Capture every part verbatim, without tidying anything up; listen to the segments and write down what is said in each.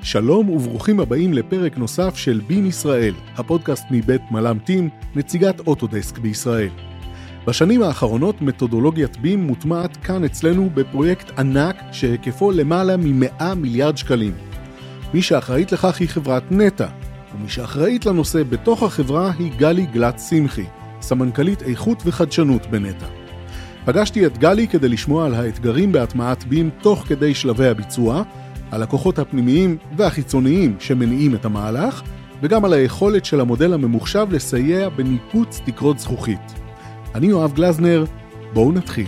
שלום וברוכים הבאים לפרק נוסף של בים ישראל, הפודקאסט מבית מלם טים, נציגת אוטודסק בישראל. בשנים האחרונות מתודולוגיית בים מוטמעת כאן אצלנו בפרויקט ענק שהיקפו למעלה מ-מאה מיליארד שקלים. מי שאחראית לכך היא חברת נטע, ומי שאחראית לנושא בתוך החברה היא גלי גלת שמחי, סמנכ"לית איכות וחדשנות בנטע. פגשתי את גלי כדי לשמוע על האתגרים בהטמעת בים תוך כדי שלבי הביצוע, על הכוחות הפנימיים והחיצוניים שמניעים את המהלך, וגם על היכולת של המודל הממוחשב לסייע בניפוץ תקרות זכוכית. אני יואב גלזנר, בואו נתחיל.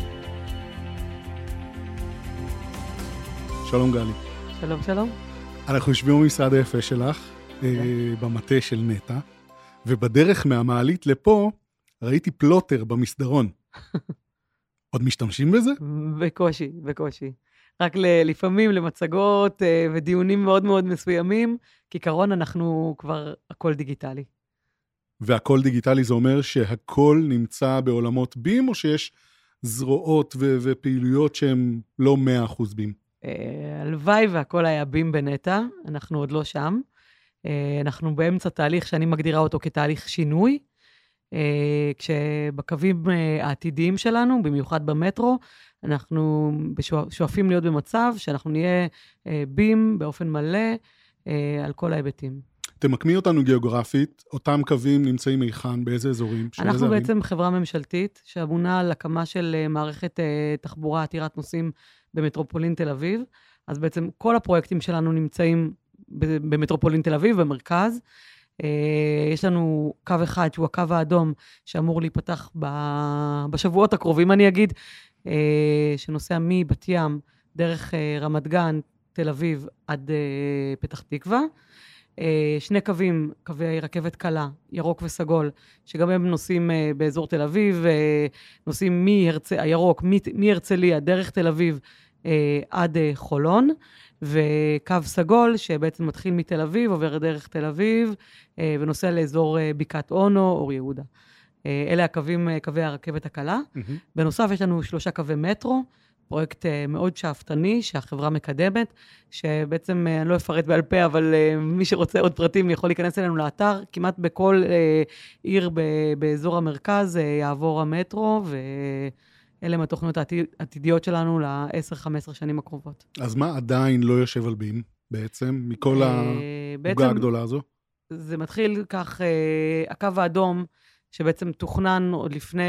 שלום גלי. שלום שלום. אנחנו יושבים במשרד היפה שלך, okay. במטה של נטע, ובדרך מהמעלית לפה ראיתי פלוטר במסדרון. עוד משתמשים בזה? בקושי, בקושי. רק לפעמים למצגות ודיונים מאוד מאוד מסוימים, כעיקרון אנחנו כבר הכל דיגיטלי. והכל דיגיטלי זה אומר שהכל נמצא בעולמות בים, או שיש זרועות ו- ופעילויות שהן לא מאה אחוז בים? הלוואי והכל היה בים בנטע, אנחנו עוד לא שם. אנחנו באמצע תהליך שאני מגדירה אותו כתהליך שינוי, כשבקווים העתידיים שלנו, במיוחד במטרו, אנחנו שואפים להיות במצב שאנחנו נהיה בים באופן מלא על כל ההיבטים. תמקמי אותנו גיאוגרפית, אותם קווים נמצאים היכן, באיזה אזורים? אנחנו בעצם חברה ממשלתית שאמונה על הקמה של מערכת תחבורה עתירת נוסעים במטרופולין תל אביב, אז בעצם כל הפרויקטים שלנו נמצאים במטרופולין תל אביב, במרכז. יש לנו קו אחד שהוא הקו האדום שאמור להיפתח בשבועות הקרובים, אני אגיד, שנוסע מבת ים דרך רמת גן, תל אביב עד פתח תקווה. שני קווים, קווי רכבת קלה, ירוק וסגול, שגם הם נוסעים באזור תל אביב, נוסעים מהרצ... הירוק, מהרצליה דרך תל אביב עד חולון, וקו סגול שבעצם מתחיל מתל אביב, עובר דרך תל אביב, ונוסע לאזור בקעת אונו, אור יהודה. אלה הקווים, קווי הרכבת הקלה. Mm-hmm. בנוסף, יש לנו שלושה קווי מטרו, פרויקט מאוד שאפתני שהחברה מקדמת, שבעצם אני לא אפרט בעל פה, אבל מי שרוצה עוד פרטים יכול להיכנס אלינו לאתר, כמעט בכל עיר באזור המרכז יעבור המטרו, ואלה הם התוכניות העתידיות שלנו ל-עשר חמש עשרה שנים הקרובות. אז מה עדיין לא יושב על בים בעצם, מכל העוגה הגדולה הזו? זה מתחיל כך, הקו האדום, שבעצם תוכנן עוד לפני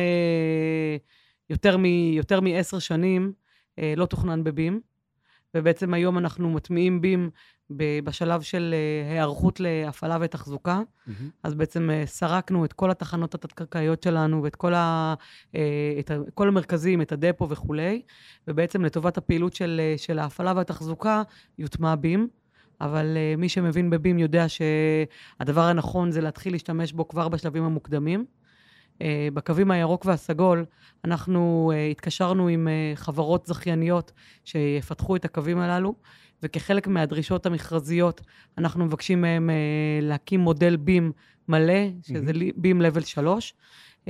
יותר מ, יותר מעשר שנים, לא תוכנן בבים, ובעצם היום אנחנו מטמיעים בים בשלב של הערכות להפעלה ותחזוקה, mm-hmm. אז בעצם סרקנו את כל התחנות התת-קרקעיות שלנו, ואת כל, ה, את ה, כל המרכזים, את הדפו וכולי, ובעצם לטובת הפעילות של, של ההפעלה והתחזוקה יוטמע בים, אבל uh, מי שמבין בבים יודע שהדבר הנכון זה להתחיל להשתמש בו כבר בשלבים המוקדמים. Uh, בקווים הירוק והסגול, אנחנו uh, התקשרנו עם uh, חברות זכייניות שיפתחו את הקווים הללו, וכחלק מהדרישות המכרזיות, אנחנו מבקשים מהם uh, להקים מודל בים מלא, שזה mm-hmm. בים לבל שלוש, uh,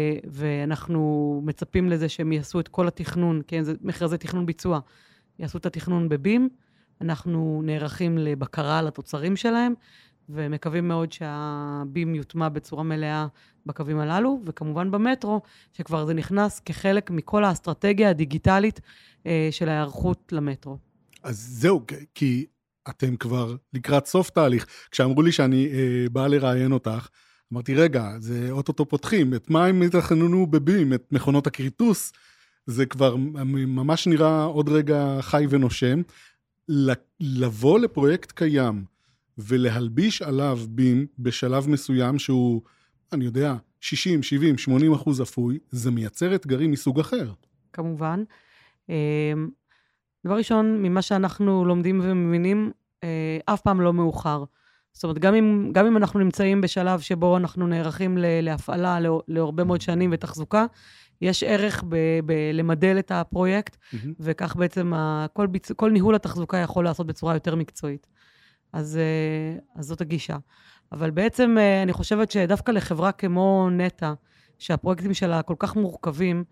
ואנחנו מצפים לזה שהם יעשו את כל התכנון, כן, זה מכרזי תכנון ביצוע, יעשו את התכנון בבים, אנחנו נערכים לבקרה על התוצרים שלהם, ומקווים מאוד שהבים יוטמע בצורה מלאה בקווים הללו, וכמובן במטרו, שכבר זה נכנס כחלק מכל האסטרטגיה הדיגיטלית אה, של ההיערכות למטרו. אז זהו, כי אתם כבר לקראת סוף תהליך. כשאמרו לי שאני אה, בא לראיין אותך, אמרתי, רגע, זה אוטוטו פותחים, את מה הם יתכננו בבים, את מכונות הקריטוס, זה כבר ממש נראה עוד רגע חי ונושם. לבוא לפרויקט קיים ולהלביש עליו בים בשלב מסוים שהוא, אני יודע, שישים, שבעים, שמונים אחוז אפוי, זה מייצר אתגרים מסוג אחר. כמובן. דבר ראשון, ממה שאנחנו לומדים ומבינים, אף פעם לא מאוחר. זאת אומרת, גם אם, גם אם אנחנו נמצאים בשלב שבו אנחנו נערכים להפעלה להרבה מאוד שנים ותחזוקה, יש ערך ב- ב- למדל את הפרויקט, mm-hmm. וכך בעצם ה- כל, ביצ... כל ניהול התחזוקה יכול לעשות בצורה יותר מקצועית. אז, אז זאת הגישה. אבל בעצם אני חושבת שדווקא לחברה כמו נטע, שהפרויקטים שלה כל כך מורכבים,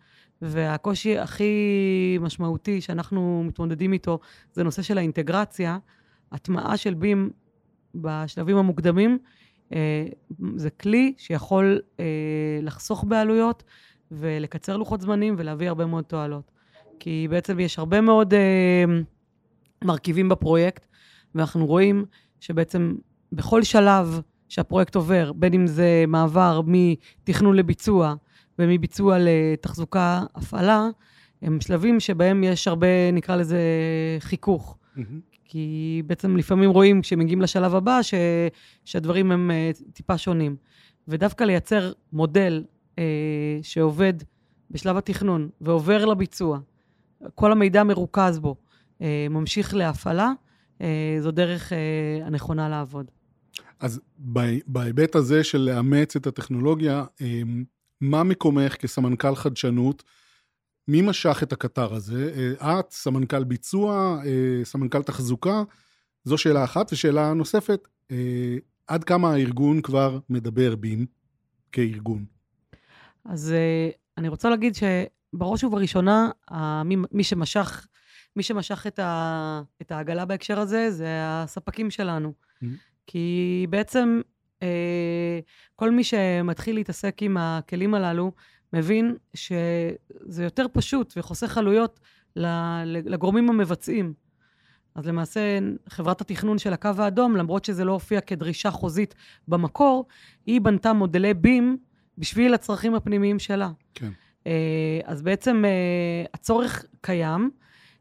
והקושי הכי משמעותי שאנחנו מתמודדים איתו, זה נושא של האינטגרציה, הטמעה של בים בשלבים המוקדמים, זה כלי שיכול לחסוך בעלויות ולקצר לוחות זמנים ולהביא הרבה מאוד תועלות. כי בעצם יש הרבה מאוד מרכיבים בפרויקט, ואנחנו רואים שבעצם בכל שלב שהפרויקט עובר, בין אם זה מעבר מתכנון לביצוע ומביצוע לתחזוקה הפעלה, הם שלבים שבהם יש הרבה, נקרא לזה, חיכוך. Mm-hmm. כי בעצם לפעמים רואים כשמגיעים לשלב הבא ש, שהדברים הם uh, טיפה שונים. ודווקא לייצר מודל uh, שעובד בשלב התכנון ועובר לביצוע, כל המידע מרוכז בו, uh, ממשיך להפעלה, uh, זו דרך uh, הנכונה לעבוד. אז בהיבט הזה של לאמץ את הטכנולוגיה, uh, מה מקומך כסמנכ"ל חדשנות, מי משך את הקטר הזה? את, סמנכ"ל ביצוע, סמנכ"ל תחזוקה, זו שאלה אחת. ושאלה נוספת, עד כמה הארגון כבר מדבר בים כארגון? אז אני רוצה להגיד שבראש ובראשונה, מי שמשך, מי שמשך את, ה, את העגלה בהקשר הזה, זה הספקים שלנו. Mm-hmm. כי בעצם כל מי שמתחיל להתעסק עם הכלים הללו, מבין שזה יותר פשוט וחוסך עלויות לגורמים המבצעים. אז למעשה, חברת התכנון של הקו האדום, למרות שזה לא הופיע כדרישה חוזית במקור, היא בנתה מודלי בים בשביל הצרכים הפנימיים שלה. כן. אז בעצם הצורך קיים.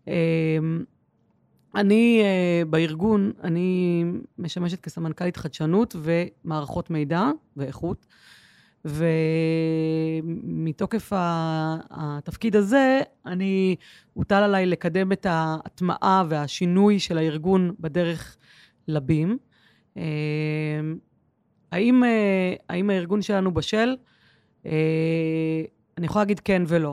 אני בארגון, אני משמשת כסמנכ"לית חדשנות ומערכות מידע ואיכות, ומתוקף התפקיד הזה, אני הוטל עליי לקדם את ההטמעה והשינוי של הארגון בדרך לבים. האם, האם הארגון שלנו בשל? אני יכולה להגיד כן ולא.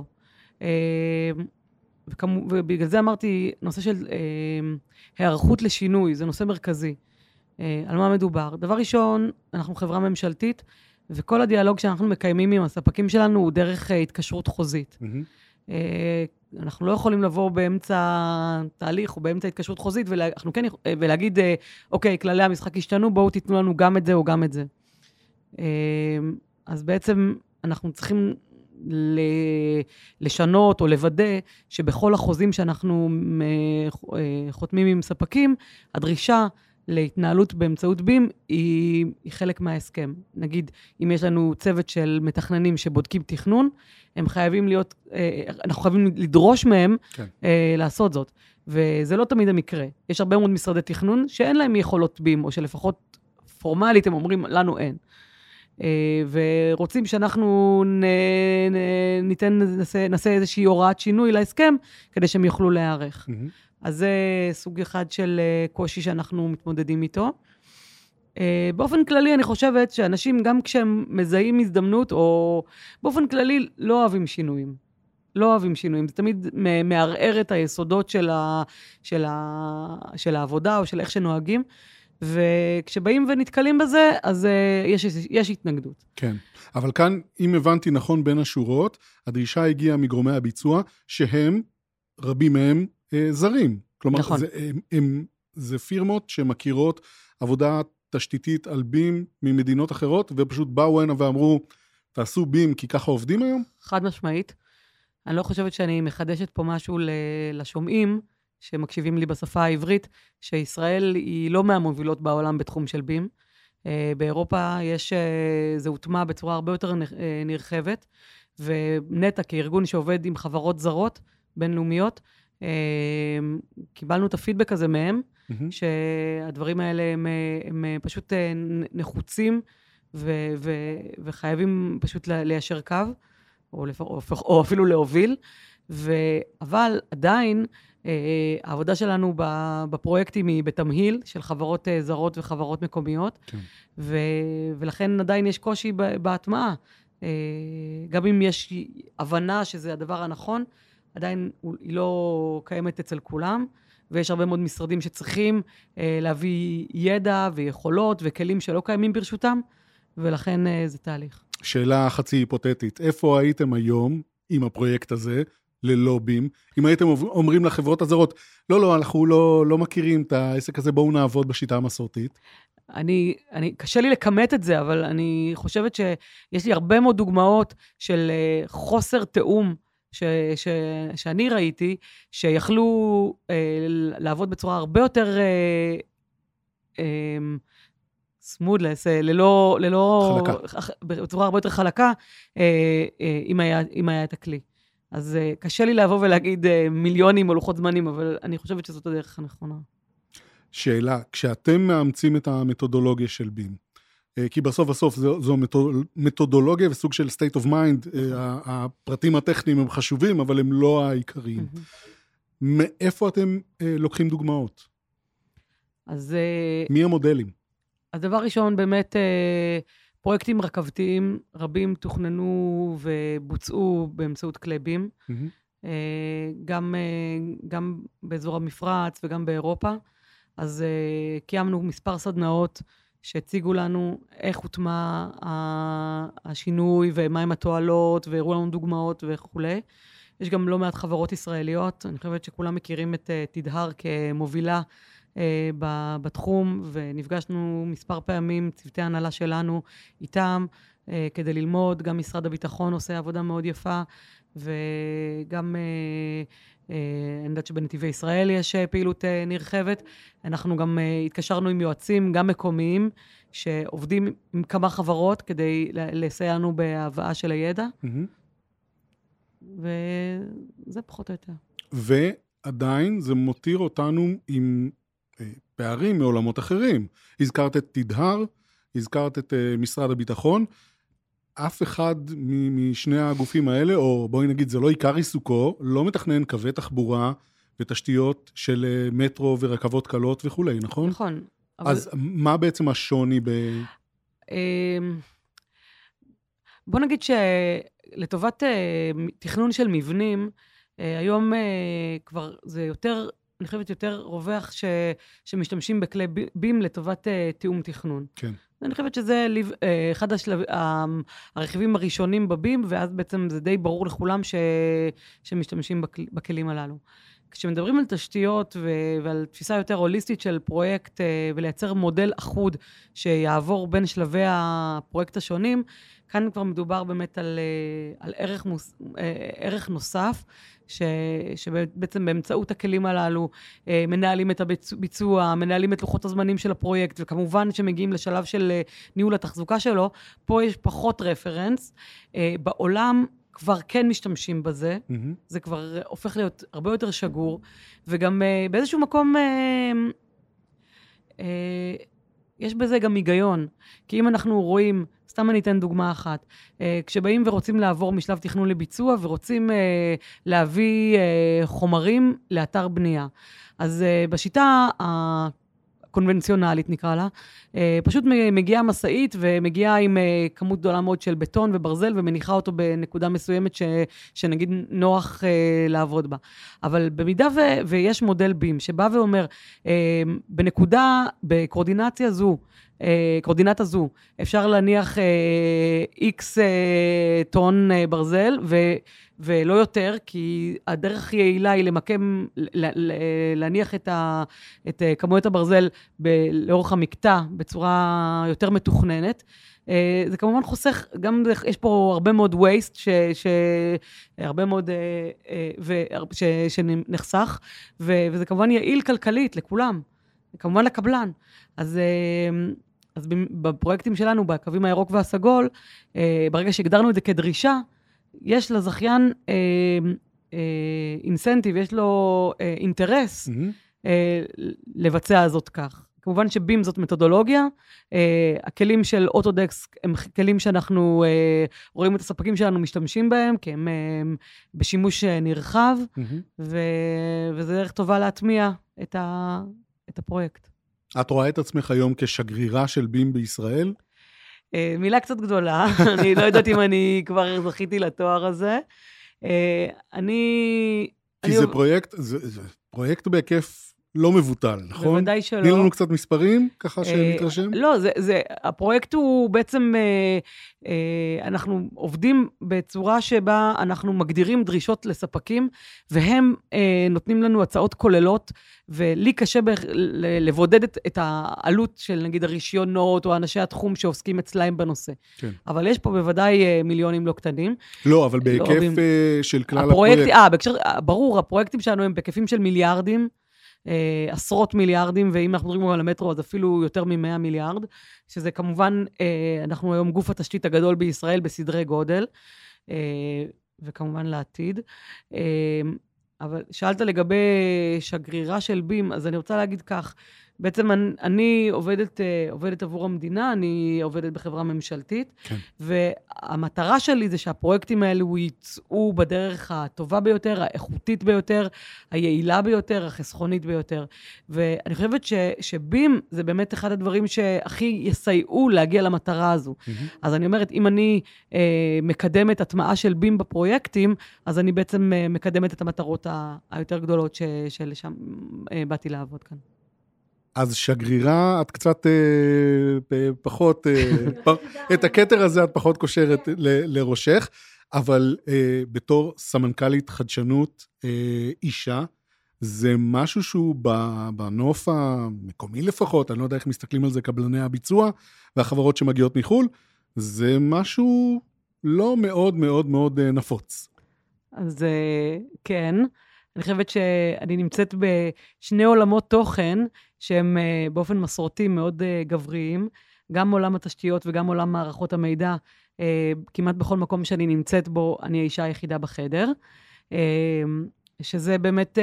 ובגלל זה אמרתי, נושא של הערכות לשינוי, זה נושא מרכזי. על מה מדובר? דבר ראשון, אנחנו חברה ממשלתית, וכל הדיאלוג שאנחנו מקיימים עם הספקים שלנו הוא דרך התקשרות חוזית. Mm-hmm. אנחנו לא יכולים לבוא באמצע תהליך או באמצע התקשרות חוזית, ואנחנו כן, ולהגיד, אוקיי, כללי המשחק השתנו, בואו תיתנו לנו גם את זה או גם את זה. אז בעצם אנחנו צריכים לשנות או לוודא שבכל החוזים שאנחנו חותמים עם ספקים, הדרישה להתנהלות באמצעות בים היא, היא חלק מההסכם. נגיד, אם יש לנו צוות של מתכננים שבודקים תכנון, הם חייבים להיות, אנחנו חייבים לדרוש מהם כן. לעשות זאת. וזה לא תמיד המקרה. יש הרבה מאוד משרדי תכנון שאין להם יכולות בים, או שלפחות פורמלית הם אומרים, לנו אין. ורוצים שאנחנו נ, נ, ניתן, נעשה, נעשה איזושהי הוראת שינוי להסכם, כדי שהם יוכלו להיערך. Mm-hmm. אז זה סוג אחד של קושי שאנחנו מתמודדים איתו. באופן כללי, אני חושבת שאנשים, גם כשהם מזהים הזדמנות, או באופן כללי, לא אוהבים שינויים. לא אוהבים שינויים. זה תמיד מערער את היסודות של, ה, של, ה, של העבודה, או של איך שנוהגים. וכשבאים ונתקלים בזה, אז יש, יש התנגדות. כן. אבל כאן, אם הבנתי נכון בין השורות, הדרישה הגיעה מגורמי הביצוע, שהם, רבים מהם, זרים. כלומר, נכון. זה, הם, הם, זה פירמות שמכירות עבודה תשתיתית על בים ממדינות אחרות, ופשוט באו הנה ואמרו, תעשו בים כי ככה עובדים היום? חד משמעית. אני לא חושבת שאני מחדשת פה משהו לשומעים, שמקשיבים לי בשפה העברית, שישראל היא לא מהמובילות בעולם בתחום של בים. באירופה יש, זה הוטמע בצורה הרבה יותר נרחבת, ונטע כארגון שעובד עם חברות זרות, בינלאומיות, קיבלנו את הפידבק הזה מהם, mm-hmm. שהדברים האלה הם, הם פשוט נחוצים, ו- ו- וחייבים פשוט ליישר קו, או, לפ- או, או אפילו להוביל, ו- אבל עדיין, העבודה שלנו בפרויקטים היא בתמהיל של חברות זרות וחברות מקומיות, כן. ו- ולכן עדיין יש קושי בהטמעה. גם אם יש הבנה שזה הדבר הנכון, עדיין היא לא קיימת אצל כולם, ויש הרבה מאוד משרדים שצריכים להביא ידע ויכולות וכלים שלא קיימים ברשותם, ולכן זה תהליך. שאלה חצי היפותטית, איפה הייתם היום עם הפרויקט הזה, ללא בים? אם הייתם אומרים לחברות הזרות, לא, לא, אנחנו לא, לא מכירים את העסק הזה, בואו נעבוד בשיטה המסורתית. אני, אני, קשה לי לכמת את זה, אבל אני חושבת שיש לי הרבה מאוד דוגמאות של חוסר תאום ש, ש, שאני ראיתי, שיכלו אה, לעבוד בצורה הרבה יותר אה, אה, סמודלס, ללא, ללא, חלקה. בצורה הרבה יותר חלקה, אה, אה, אם היה, אם היה את הכלי. אז אה, קשה לי לבוא ולהגיד אה, מיליונים או לוחות זמנים, אבל אני חושבת שזאת הדרך הנכונה. שאלה, כשאתם מאמצים את המתודולוגיה של בים, כי בסוף בסוף זו, זו מתודולוגיה וסוג של state of mind, הפרטים הטכניים הם חשובים, אבל הם לא העיקריים. מאיפה אתם לוקחים דוגמאות? אז... מי המודלים? אז דבר ראשון, באמת, פרויקטים רכבתיים רבים תוכננו ובוצעו באמצעות כלי בים, גם, גם באזור המפרץ וגם באירופה. אז uh, קיימנו מספר סדנאות שהציגו לנו איך הוטמע השינוי ומהם התועלות, והראו לנו דוגמאות וכו'. יש גם לא מעט חברות ישראליות, אני חושבת שכולם מכירים את uh, תדהר כמובילה uh, בתחום, ונפגשנו מספר פעמים, צוותי הנהלה שלנו איתם, uh, כדי ללמוד. גם משרד הביטחון עושה עבודה מאוד יפה, וגם... Uh, אני יודעת שבנתיבי ישראל יש פעילות נרחבת. אנחנו גם התקשרנו עם יועצים, גם מקומיים, שעובדים עם כמה חברות כדי לסייע לנו בהבאה של הידע. וזה פחות או יותר. ועדיין זה מותיר אותנו עם פערים מעולמות אחרים. הזכרת את תדהר, הזכרת את משרד הביטחון, אף אחד משני הגופים האלה, או בואי נגיד, זה לא עיקר עיסוקו, לא מתכנן קווי תחבורה ותשתיות של מטרו ורכבות קלות וכו', נכון? נכון. אז אבל... מה בעצם השוני ב... בוא נגיד שלטובת תכנון של מבנים, היום כבר זה יותר, אני חושבת יותר רווח ש... שמשתמשים בכלי בים לטובת תיאום תכנון. כן. אני חושבת שזה אחד השלב, הרכיבים הראשונים בבים, ואז בעצם זה די ברור לכולם ש, שמשתמשים בכלים הללו. כשמדברים על תשתיות ועל תפיסה יותר הוליסטית של פרויקט, ולייצר מודל אחוד שיעבור בין שלבי הפרויקט השונים, כאן כבר מדובר באמת על, על ערך, מוס, ערך נוסף, ש, שבעצם באמצעות הכלים הללו מנהלים את הביצוע, מנהלים את לוחות הזמנים של הפרויקט, וכמובן שמגיעים לשלב של ניהול התחזוקה שלו. פה יש פחות רפרנס. בעולם כבר כן משתמשים בזה, mm-hmm. זה כבר הופך להיות הרבה יותר שגור, וגם באיזשהו מקום יש בזה גם היגיון, כי אם אנחנו רואים, סתם אני אתן דוגמה אחת, כשבאים ורוצים לעבור משלב תכנון לביצוע, ורוצים להביא חומרים לאתר בנייה, אז בשיטה הקונבנציונלית נקרא לה, פשוט מגיעה מסעית ומגיעה עם כמות גדולה מאוד של בטון וברזל, ומניחה אותו בנקודה מסוימת ש, שנגיד נוח לעבוד בה. אבל במידה ו, ויש מודל בים שבא ואומר, בנקודה, בקורדינציה זו, קורדינטה זו, אפשר להניח איקס טון ברזל, ו... ולא יותר, כי הדרך הכי יעילה היא למקם, להניח את, ה, את כמויות הברזל ב, לאורך המקטע בצורה יותר מתוכננת. זה כמובן חוסך, גם יש פה הרבה מאוד waste, ש, ש, הרבה מאוד, ו, ש, שנחסך, ו, וזה כמובן יעיל כלכלית לכולם, כמובן לקבלן. אז... אז בפרויקטים שלנו, בקווים הירוק והסגול, ברגע שהגדרנו את זה כדרישה, יש לזכיין אינסנטיב, יש לו אינטרס לבצע זאת כך. כמובן שבים זאת מתודולוגיה, הכלים של אוטודסק הם כלים שאנחנו רואים את הספקים שלנו משתמשים בהם, כי הם בשימוש נרחב, וזה דרך טובה להטמיע את הפרויקט. את רואה את עצמך היום כשגרירה של בים בישראל? מילה קצת גדולה, אני לא יודעת אם אני כבר זכיתי לתואר הזה. אני... כי זה פרויקט, זה פרויקט בהיקף לא מבוטל, נכון? בוודאי שלא. תני לנו קצת מספרים, ככה שנתרשם. לא, זה, זה, הפרויקט הוא בעצם, אנחנו עובדים בצורה שבה אנחנו מגדירים דרישות לספקים, והם נותנים לנו הצעות כוללות, ולי קשה לבודד את העלות של נגיד הרישיונות, או אנשי התחום שעוסקים אצלהם בנושא. כן. אבל יש פה בוודאי מיליונים לא קטנים. לא, אבל בהיקף לא של כלל הפרויקט. אה, בהקשר, ברור, הפרויקטים שלנו הם בהיקפים של מיליארדים, עשרות מיליארדים, ואם אנחנו מדברים על המטרו, אז אפילו יותר מ-מאה מיליארד, שזה כמובן, אנחנו היום גוף התשתית הגדול בישראל בסדרי גודל, וכמובן לעתיד. אבל שאלת לגבי שגרירה של בים, אז אני רוצה להגיד כך, בעצם אני, אני עובדת, עובדת עבור המדינה, אני עובדת בחברה ממשלתית, כן. והמטרה שלי זה שהפרויקטים האלו יצאו בדרך הטובה ביותר, האיכותית ביותר, היעילה ביותר, החסכונית ביותר. ואני חושבת ש, שבים זה באמת אחד הדברים שהכי יסייעו להגיע למטרה הזו. Mm-hmm. אז אני אומרת, אם אני אה, מקדמת הטמעה של בים בפרויקטים, אז אני בעצם אה, מקדמת את המטרות ה, היותר גדולות ש, שלשם אה, באתי לעבוד כאן. אז שגרירה, את קצת אה, פחות, אה, פ, את הכתר הזה את פחות קושרת ל, לראשך, אבל אה, בתור סמנכ"לית חדשנות אה, אישה, זה משהו שהוא בנוף המקומי לפחות, אני לא יודע איך מסתכלים על זה קבלני הביצוע, והחברות שמגיעות מחול, זה משהו לא מאוד מאוד מאוד נפוץ. אז כן, אני חושבת שאני נמצאת בשני עולמות תוכן, שהם באופן מסורתי מאוד גבריים, גם עולם התשתיות וגם עולם מערכות המידע, כמעט בכל מקום שאני נמצאת בו, אני האישה היחידה בחדר, שזה באמת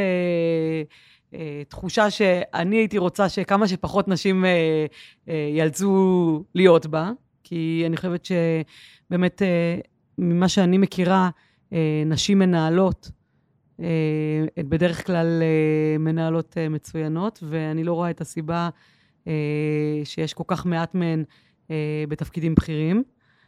תחושה שאני הייתי רוצה שכמה שפחות נשים ילצו להיות בה, כי אני חושבת שבאמת ממה שאני מכירה, נשים מנהלות, בדרך כלל מנהלות מצוינות, ואני לא רואה את הסיבה שיש כל כך מעט מהן בתפקידים בכירים.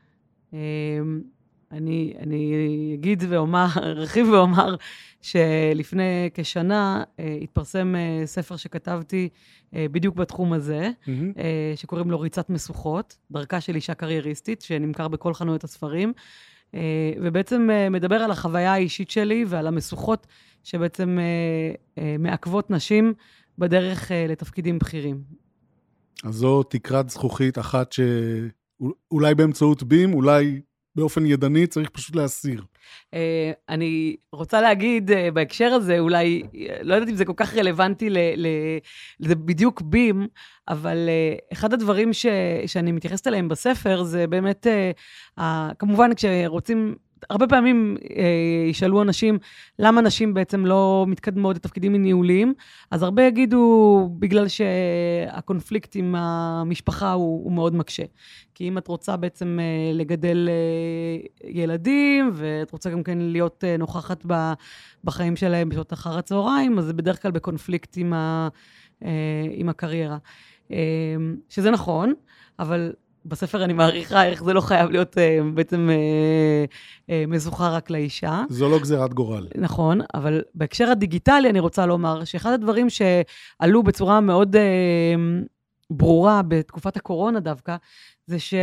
אני, אני אגיד ואומר, רכיב ואומר, שלפני כשנה התפרסם ספר שכתבתי בדיוק בתחום הזה, mm-hmm. שקוראים לו ריצת משוכות, דרכה של אישה קרייריסטית, שנמכר בכל חנויות הספרים, ובעצם מדבר על החוויה האישית שלי ועל המשוכות שבעצם מעכבות נשים בדרך לתפקידים בכירים. אז זו תקרת זכוכית אחת שאולי באמצעות בים, אולי באופן ידני צריך פשוט להסיר. אני רוצה להגיד בהקשר הזה, אולי, לא יודעת אם זה כל כך רלוונטי, זה בדיוק בים, אבל אחד הדברים שאני מתייחסת אליהם בספר, זה באמת, כמובן כשרוצים, הרבה פעמים ישאלו אנשים, למה נשים בעצם לא מתקדמות לתפקידים ניהוליים, אז הרבה יגידו, בגלל שהקונפליקט עם המשפחה הוא, הוא מאוד מקשה. כי אם את רוצה בעצם לגדל ילדים, ואת רוצה גם כן להיות נוכחת בחיים שלהם בשעות אחר הצהריים, אז זה בדרך כלל בקונפליקט עם, ה, עם הקריירה. שזה נכון, אבל בספר אני מעריכה איך זה לא חייב להיות בעצם מזוכה רק לאישה. זו לא גזירת גורל. נכון, אבל בהקשר הדיגיטלי אני רוצה לומר שאחד הדברים שעלו בצורה מאוד ברורה בתקופת הקורונה דווקא, זה ש...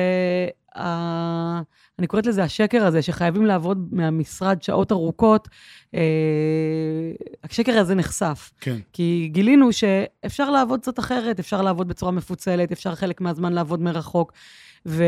אני קוראת לזה השקר הזה, שחייבים לעבוד מהמשרד שעות ארוכות, השקר הזה נחשף. כן. כי גילינו שאפשר לעבוד קצת אחרת, אפשר לעבוד בצורה מפוצלת, אפשר חלק מהזמן לעבוד מרחוק, ו...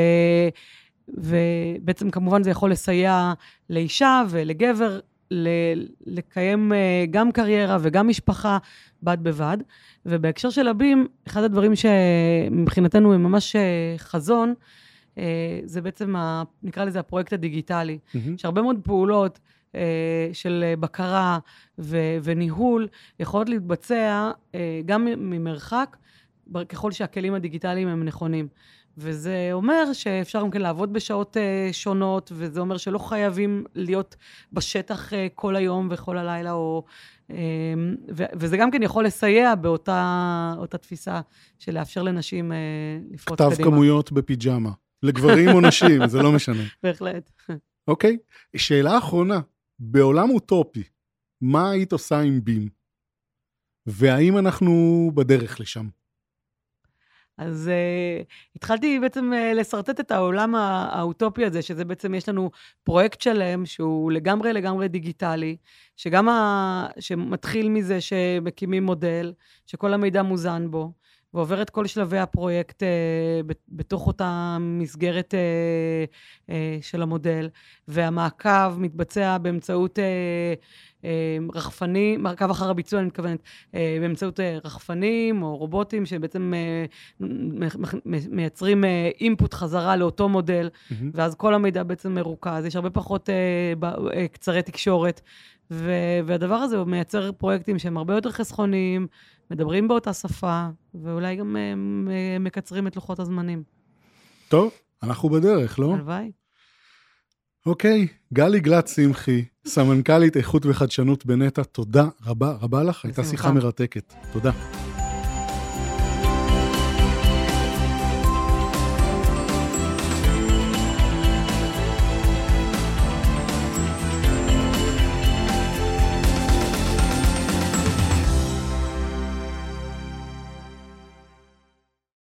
ובעצם כמובן זה יכול לסייע לאישה ולגבר, לקיים גם קריירה וגם משפחה בד בבד, ובהקשר של הבים, אחד הדברים שמבחינתנו הם ממש חזון, זה בעצם, נקרא לזה הפרויקט הדיגיטלי, mm-hmm. שהרבה מאוד פעולות של בקרה ו- וניהול יכולות להתבצע גם ממרחק, ככל שהכלים הדיגיטליים הם נכונים. וזה אומר שאפשר גם כן לעבוד בשעות שונות, וזה אומר שלא חייבים להיות בשטח כל היום וכל הלילה, או, ו- וזה גם כן יכול לסייע באותה אותה תפיסה של לאפשר לנשים לפרוץ קדימה. כתב כמויות בפיג'מה. לגברים או נשים, זה לא משנה. בהחלט. אוקיי, שאלה אחרונה, בעולם אוטופי, מה היית עושה עם בים? והאם אנחנו בדרך לשם? אז uh, התחלתי בעצם uh, לסרטט את העולם האוטופי הזה, שזה בעצם יש לנו פרויקט שלם שהוא לגמרי לגמרי דיגיטלי, שגם ה... שמתחיל מזה שמקימים מודל, שכל המידע מוזן בו, ועובר את כל שלבי הפרויקט uh, בתוך אותה מסגרת uh, uh, של המודל, והמעקב מתבצע באמצעות uh, uh, רחפנים, מעקב אחר הביצוע, אני מתכוונת, uh, באמצעות uh, רחפנים או רובוטים שבעצם uh, מייצרים uh, אינפוט חזרה לאותו מודל, mm-hmm. ואז כל המידע בעצם מרוכז. יש הרבה פחות uh, ב, uh, קצרי תקשורת, ו- והדבר הזה הוא מייצר פרויקטים שהם הרבה יותר חסכוניים, מדברים באותה שפה, ואולי גם uh, מקצרים את לוחות הזמנים. טוב, אנחנו בדרך, לא? הלוואי. אוקיי, גלי גלת שמחי, סמנכ"לית איכות וחדשנות בנטע, תודה רבה רבה לך, הייתה שיחה מרתקת. תודה.